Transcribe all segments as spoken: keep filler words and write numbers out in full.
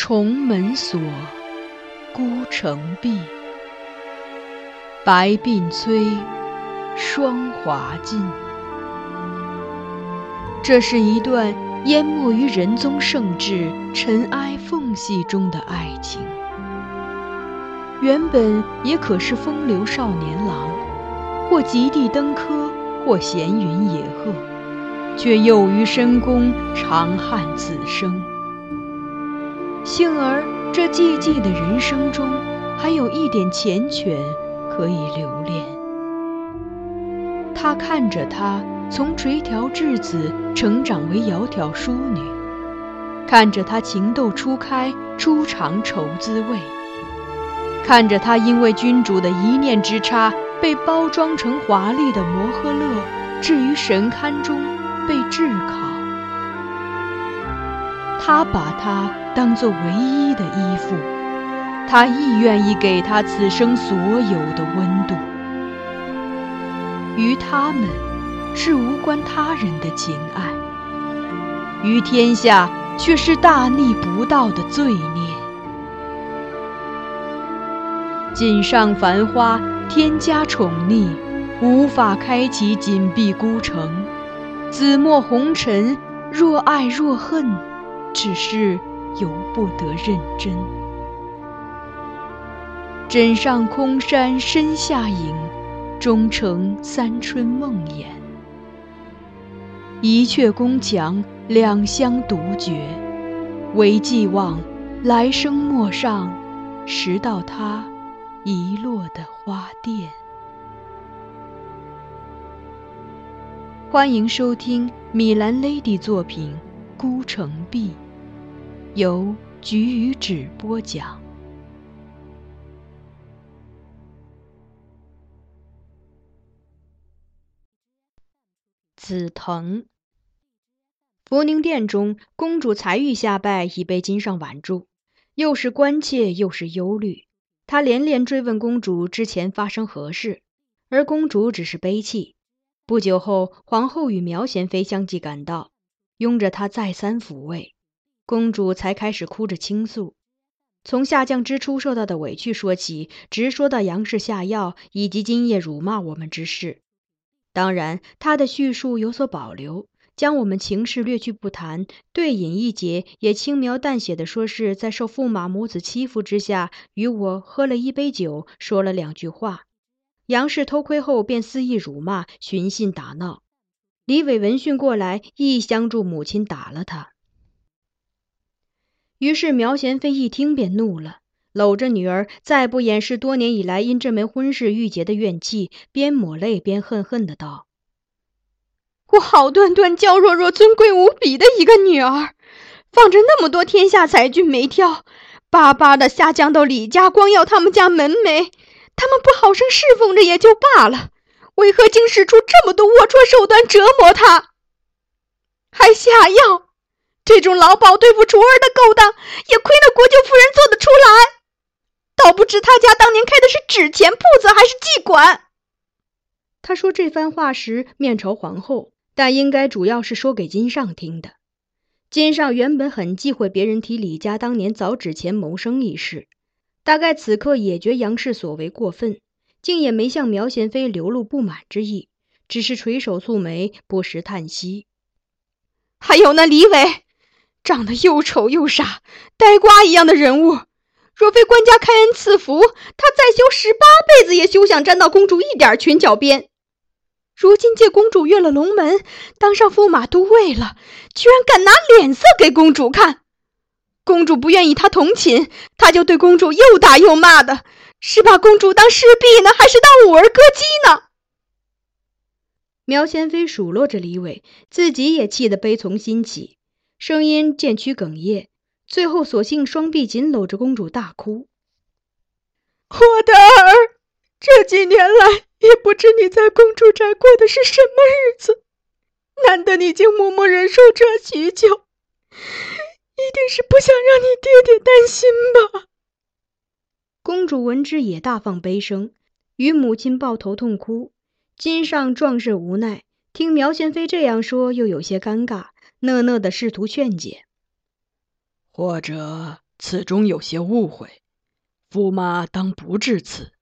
重门锁，孤城闭。白鬓催，霜华尽。这是一段淹没于仁宗圣治尘埃缝隙中的爱情。原本也可是风流少年郎，或极地登科，或闲云野鹤，却又于深宫长叹此生。幸而这寂寂的人生中，还有一点缱绻可以留恋。他看着她从垂髫稚子成长为窈窕淑女，看着她情窦初开，初尝愁滋味，看着她因为君主的一念之差，被包装成华丽的摩诃勒，置于神龛中被炙烤。他把她当作唯一的依附，他亦愿意给她此生所有的温度。于他们是无关他人的情爱，于天下却是大逆不道的罪孽。锦上繁花，天加宠溺，无法开启紧闭孤城。紫陌红尘，若爱若恨，只是由不得认真。枕上空山深下影，终成三春梦魇。一阙宫墙，两相独绝，唯寄望来生陌上拾到他遗落的花钿。欢迎收听米兰 Lady 作品《孤城闭》，由菊与纸播讲。紫藤。福宁殿中，公主才玉下拜已被金上挽住，又是关切又是忧虑。他连连追问公主之前发生何事，而公主只是悲泣。不久后，皇后与苗贤妃相继赶到，拥着她再三抚慰，公主才开始哭着倾诉，从下降之初受到的委屈说起，直说到杨氏下药以及今夜辱骂我们之事。当然，她的叙述有所保留，将我们情事略去不谈，对饮一节也轻描淡写地说是在受驸马母子欺负之下，与我喝了一杯酒，说了两句话。杨氏偷窥后便肆意辱骂，寻衅打闹。李伟闻讯过来，亦相助母亲打了他。于是苗贤妃一听便怒了，搂着女儿，再不掩饰多年以来因这门婚事郁结的怨气，边抹泪边恨恨的道：我好端端娇弱弱尊贵无比的一个女儿，放着那么多天下才俊没挑，巴巴的下降到李家，光要他们家门楣，他们不好生侍奉着也就罢了，为何竟使出这么多龌龊手段折磨她？还下药，这种老鸨对付雏儿的勾当，也亏那国舅夫人做得出来。倒不知他家当年开的是纸钱铺子还是妓馆。他说这番话时面朝皇后，但应该主要是说给金上听的。金上原本很忌讳别人提李家当年凿纸钱谋生一事，大概此刻也觉杨氏所为过分，竟也没向苗贤妃流露不满之意，只是垂手蹙眉，不时叹息。还有那李伟，长得又丑又傻，呆瓜一样的人物，若非官家开恩赐福，他再修十八辈子也休想沾到公主一点裙角边。如今借公主越了龙门，当上驸马都尉了，居然敢拿脸色给公主看。公主不愿意他同寝，他就对公主又打又骂的，是把公主当侍婢呢，还是当舞儿歌姬呢？苗贤妃数落着李伟，自己也气得悲从心起，声音渐趋哽咽，最后索性双臂紧搂着公主大哭。我的儿，这几年来也不知你在公主宅过的是什么日子，难得你竟默默忍受这许久，一定是不想让你爹爹担心吧。公主闻之也大放悲声，与母亲抱头痛哭。金上壮是无奈，听苗贤妃这样说，又有些尴尬，讷讷地试图劝解。 或者此中有些误会，驸马当不至此。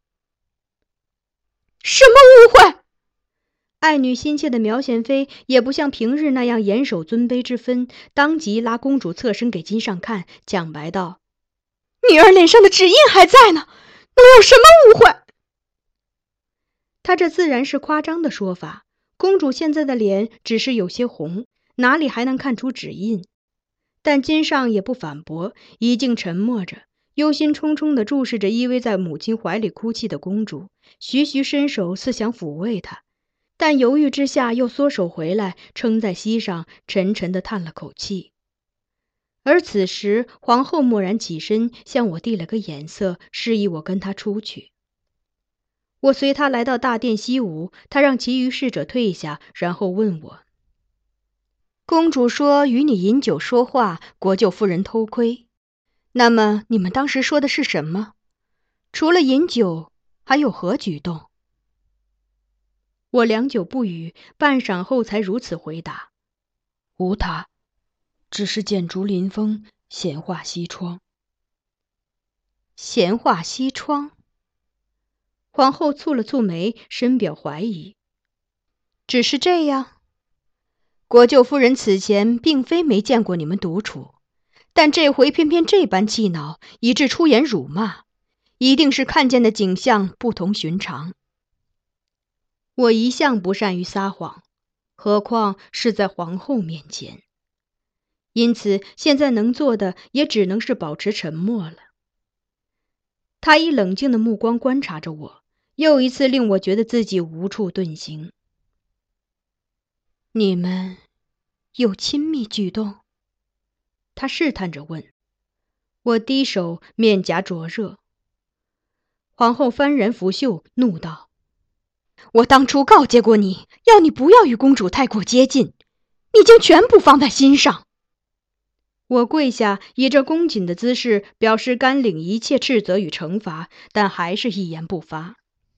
什么误会？爱女心切的苗贤妃也不像平日那样严守尊卑之分，当即拉公主侧身给金上看，讲白道：女儿脸上的指印还在呢，能有什么误会？她这自然是夸张的说法，公主现在的脸只是有些红，哪里还能看出指印？但金上也不反驳，一静沉默着，忧心忡忡地注视着依偎在母亲怀里哭泣的公主，徐徐伸手似想抚慰她，但犹豫之下又缩手回来，撑在膝上，沉沉地叹了口气。而此时皇后蓦然起身，向我递了个眼色，示意我跟她出去。我随她来到大殿西午，她让其余侍者退下，然后问我：公主说与你饮酒说话，国舅夫人偷窥，那么你们当时说的是什么？除了饮酒，还有何举动？我良久不语，半晌后才如此回答： 无他，只是见竹临风，闲话西窗。 闲话西窗？皇后蹙了蹙眉，深表怀疑。只是这样？国舅夫人此前并非没见过你们独处，但这回偏偏这般气恼，以致出言辱骂，一定是看见的景象不同寻常。我一向不善于撒谎，何况是在皇后面前，因此现在能做的也只能是保持沉默了。她以冷静的目光观察着我，又一次令我觉得自己无处遁形。你们有亲密举动？她试探着问。我低手，面颊灼热。皇后幡然拂袖，怒道：我当初告诫过你，要你不要与公主太过接近，你竟全不放在心上。我跪下，以这恭谨的姿势表示甘领一切斥责与惩罚，但还是一言不发。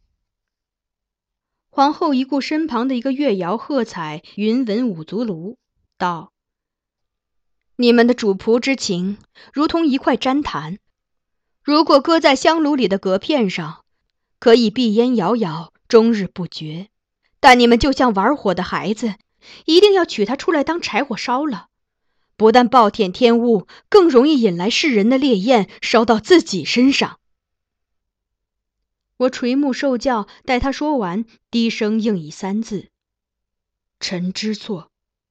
皇后一顾身旁的一个乐摇喝彩云纹五足炉，道：你们的主仆之情如同一块毡檀，如果搁在香炉里的隔片上，可以闭烟摇摇，终日不绝，但你们就像玩火的孩子，一定要取它出来当柴火烧了，不但暴殄天物，更容易引来世人的烈焰，烧到自己身上。我垂目受教，待他说完，低声应以三字：臣知错。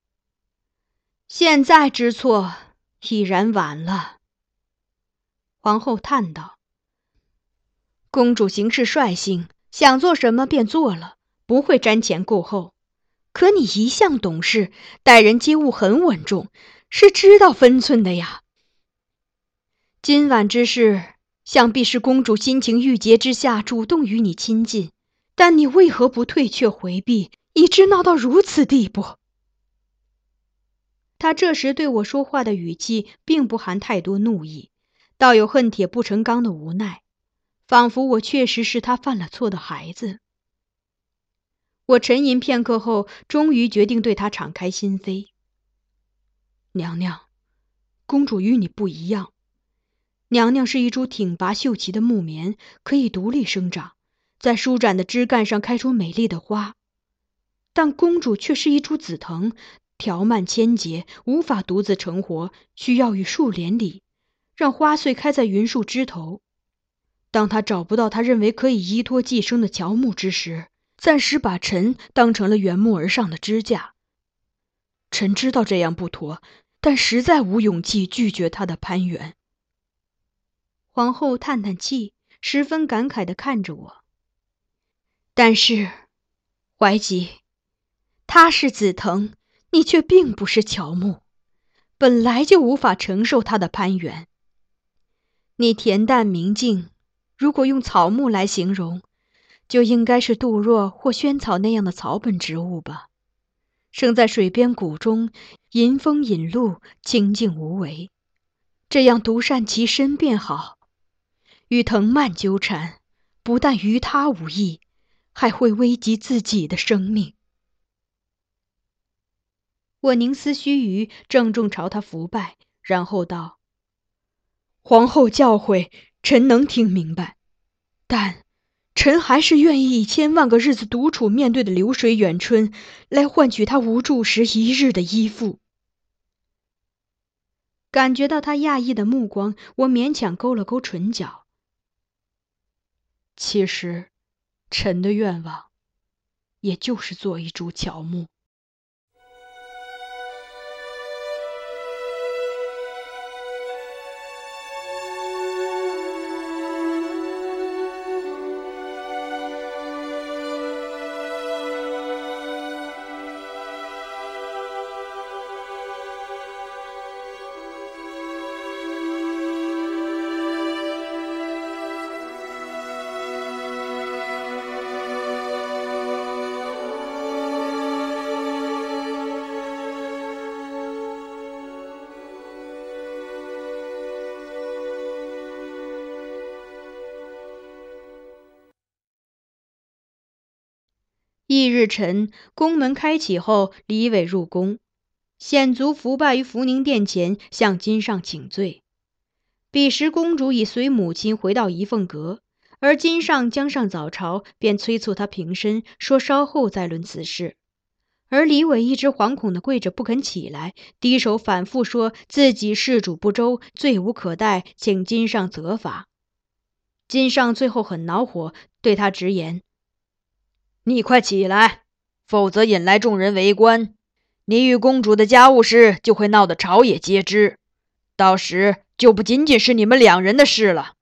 现在知错已然晚了。皇后叹道：公主行事率性，想做什么便做了，不会瞻前顾后。可你一向懂事，待人接物很稳重，是知道分寸的呀。今晚之事，想必是公主心情郁结之下主动与你亲近，但你为何不退却回避，以致闹到如此地步？他这时对我说话的语气并不含太多怒意，倒有恨铁不成钢的无奈，仿佛我确实是他犯了错的孩子。我沉吟片刻后，终于决定对他敞开心扉。娘娘，公主与你不一样，娘娘是一株挺拔秀奇的木棉，可以独立生长，在舒展的枝干上开出美丽的花，但公主却是一株紫藤，条蔓千结，无法独自成活，需要与树连理，让花穗开在云树枝头。当她找不到她认为可以依托寄生的乔木之时，暂时把臣当成了原木而上的支架。臣知道这样不妥，但实在无勇气拒绝她的攀援。皇后叹叹气，十分感慨地看着我。但是，怀吉，他是紫藤，你却并不是乔木，本来就无法承受他的攀援。你恬淡明净，如果用草木来形容，就应该是杜若或萱草那样的草本植物吧，生在水边谷中，迎风引露，清静无为，这样独善其身便好。与藤蔓纠缠，不但于他无益，还会危及自己的生命。我凝思须臾，郑重朝他伏拜，然后道： 皇后教诲，臣能听明白，但臣还是愿意以千万个日子独处面对的流水远春，来换取他无助时一日的依附。感觉到他讶异的目光，我勉强勾了勾唇角。其实，臣的愿望，也就是做一株乔木。翌日晨，宫门开启后，李伟入宫，显族伏拜于福宁殿前，向金上请罪。彼时公主已随母亲回到仪凤阁，而金上将上早朝，便催促他平身，说稍后再论此事。而李伟一直惶恐地跪着不肯起来，低手反复说自己事主不周，罪无可贷，请金上责罚。金上最后很恼火，对他直言：你快起来，否则引来众人围观，你与公主的家务事就会闹得朝野皆知，到时就不仅仅是你们两人的事了。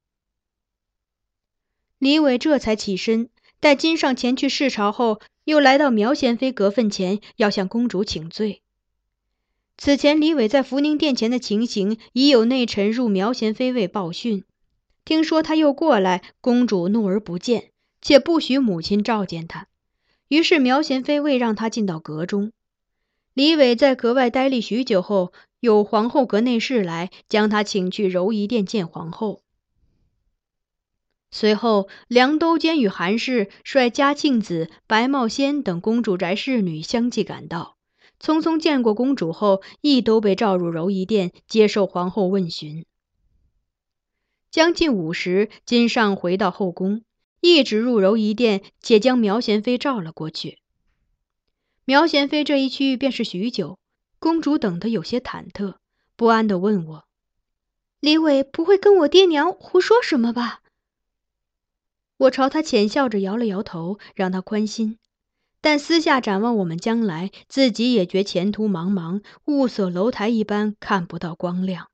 李伟这才起身，待金上前去视朝后，又来到苗贤妃阁坟前，要向公主请罪。此前李伟在福宁殿前的情形，已有内臣入苗贤妃位报讯，听说他又过来，公主怒而不见，且不许母亲召见他，于是苗贤妃未让他进到阁中。李伟在阁外待立许久后，有皇后阁内侍来，将他请去柔仪殿见皇后。随后梁都监与韩氏率嘉庆子、白茂仙等公主宅侍女相继赶到，匆匆见过公主后，亦都被召入柔仪殿接受皇后问询。将近午时，金上回到后宫，一直入柔仪殿，且将苗贤妃召了过去。苗贤妃这一去便是许久，公主等得有些忐忑，不安地问我：李伟不会跟我爹娘胡说什么吧？我朝他浅笑着摇了摇头，让他宽心，但私下展望我们将来，自己也觉前途茫茫，雾锁楼台一般，看不到光亮。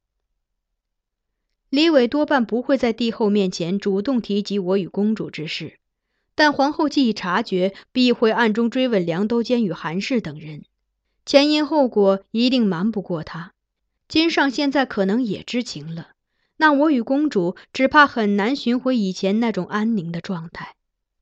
李伟多半不会在帝后面前主动提及我与公主之事，但皇后既已察觉，必会暗中追问梁都监与韩氏等人，前因后果一定瞒不过他。金上现在可能也知情了，那我与公主只怕很难寻回以前那种安宁的状态。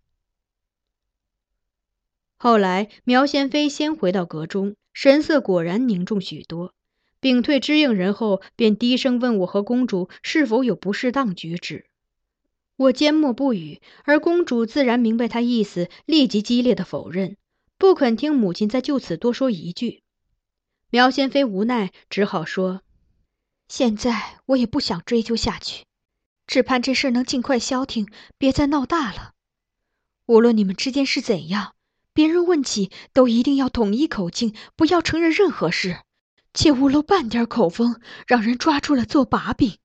后来苗贤妃先回到阁中，神色果然凝重许多，屏退知应人后，便低声问我和公主是否有不适当举止。我缄默不语，而公主自然明白他意思，立即激烈的否认，不肯听母亲再就此多说一句。苗贤妃无奈，只好说：现在我也不想追究下去，只盼这事能尽快消停，别再闹大了。无论你们之间是怎样，别人问起都一定要统一口径，不要承认任何事，切勿漏半点口风，让人抓住了做把柄。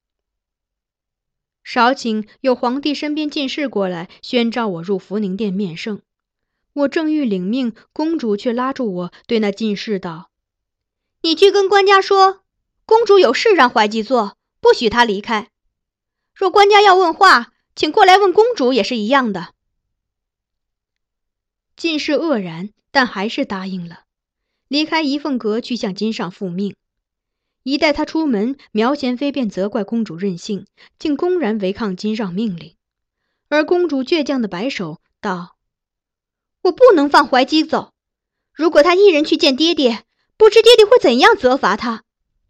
少顷，有皇帝身边进士过来，宣召我入福宁殿面圣。我正欲领命，公主却拉住我，对那进士道：你去跟官家说，公主有事让怀吉做，不许她离开。若官家要问话，请过来问公主也是一样的。进士愕然，但还是答应了，离开仪凤阁去向金上复命。一待他出门，苗贤妃便责怪公主任性，竟公然违抗金上命令。而公主倔强的摆手道：我不能放怀姬走，如果他一人去见爹爹，不知爹爹会怎样责罚他。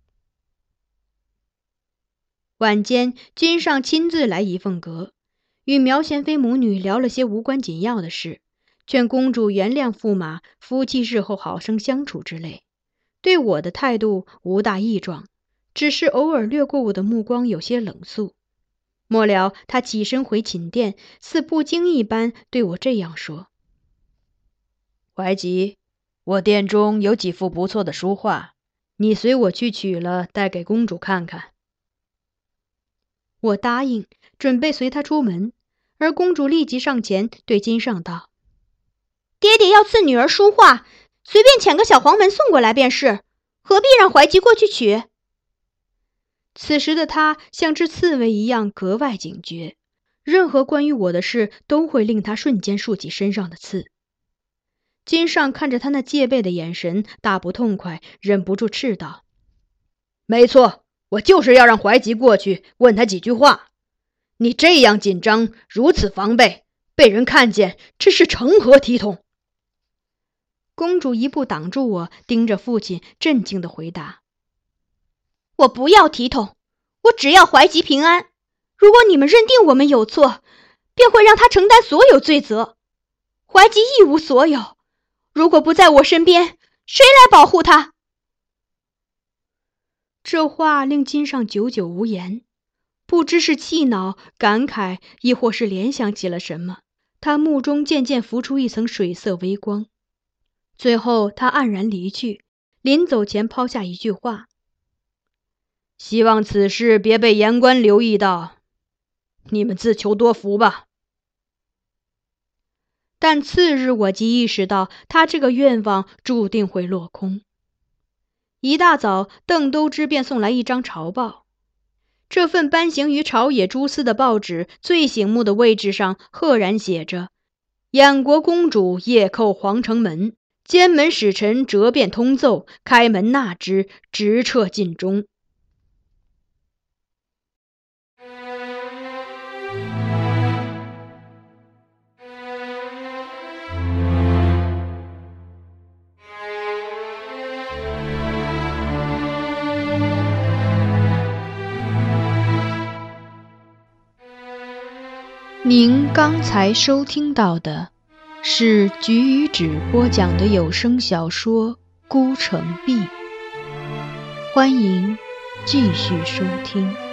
晚间，金上亲自来仪凤阁，与苗贤妃母女聊了些无关紧要的事，劝公主原谅驸马，夫妻日后好生相处之类。对我的态度无大异状， 只是偶尔掠过我的目光有些冷肃。末了，他起身回寝殿，似不经意般对我这样说： 怀吉，我殿中有几幅不错的书画， 你随我去取了，带给公主看看。我答应，准备随他出门，而公主立即上前对金上道：爹爹要赐女儿书画，随便遣个小黄门送过来便是，何必让怀吉过去取？此时的他像只刺猬一样格外警觉，任何关于我的事都会令他瞬间竖起身上的刺。金上看着他那戒备的眼神，大不痛快，忍不住斥道：没错，我就是要让怀吉过去问他几句话。你这样紧张，如此防备，被人看见，这是成何体统？公主一步挡住我，盯着父亲，镇静地回答：我不要体统，我只要怀吉平安。如果你们认定我们有错，便会让他承担所有罪责。怀吉一无所有，如果不在我身边，谁来保护他？这话令金上久久无言，不知是气恼、感慨，亦或是联想起了什么，他目中渐渐浮出一层水色微光。最后他黯然离去，临走前抛下一句话：希望此事别被言官留意到，你们自求多福吧。但次日我即意识到，他这个愿望注定会落空。一大早，邓都知便送来一张朝报，这份颁行于朝野诸司的报纸最醒目的位置上赫然写着：燕国公主夜叩皇城门，监门使臣折变通奏，开门纳之，直撤禁中。您刚才收听到的是菊与纸播讲的有声小说《孤城闭》，欢迎继续收听。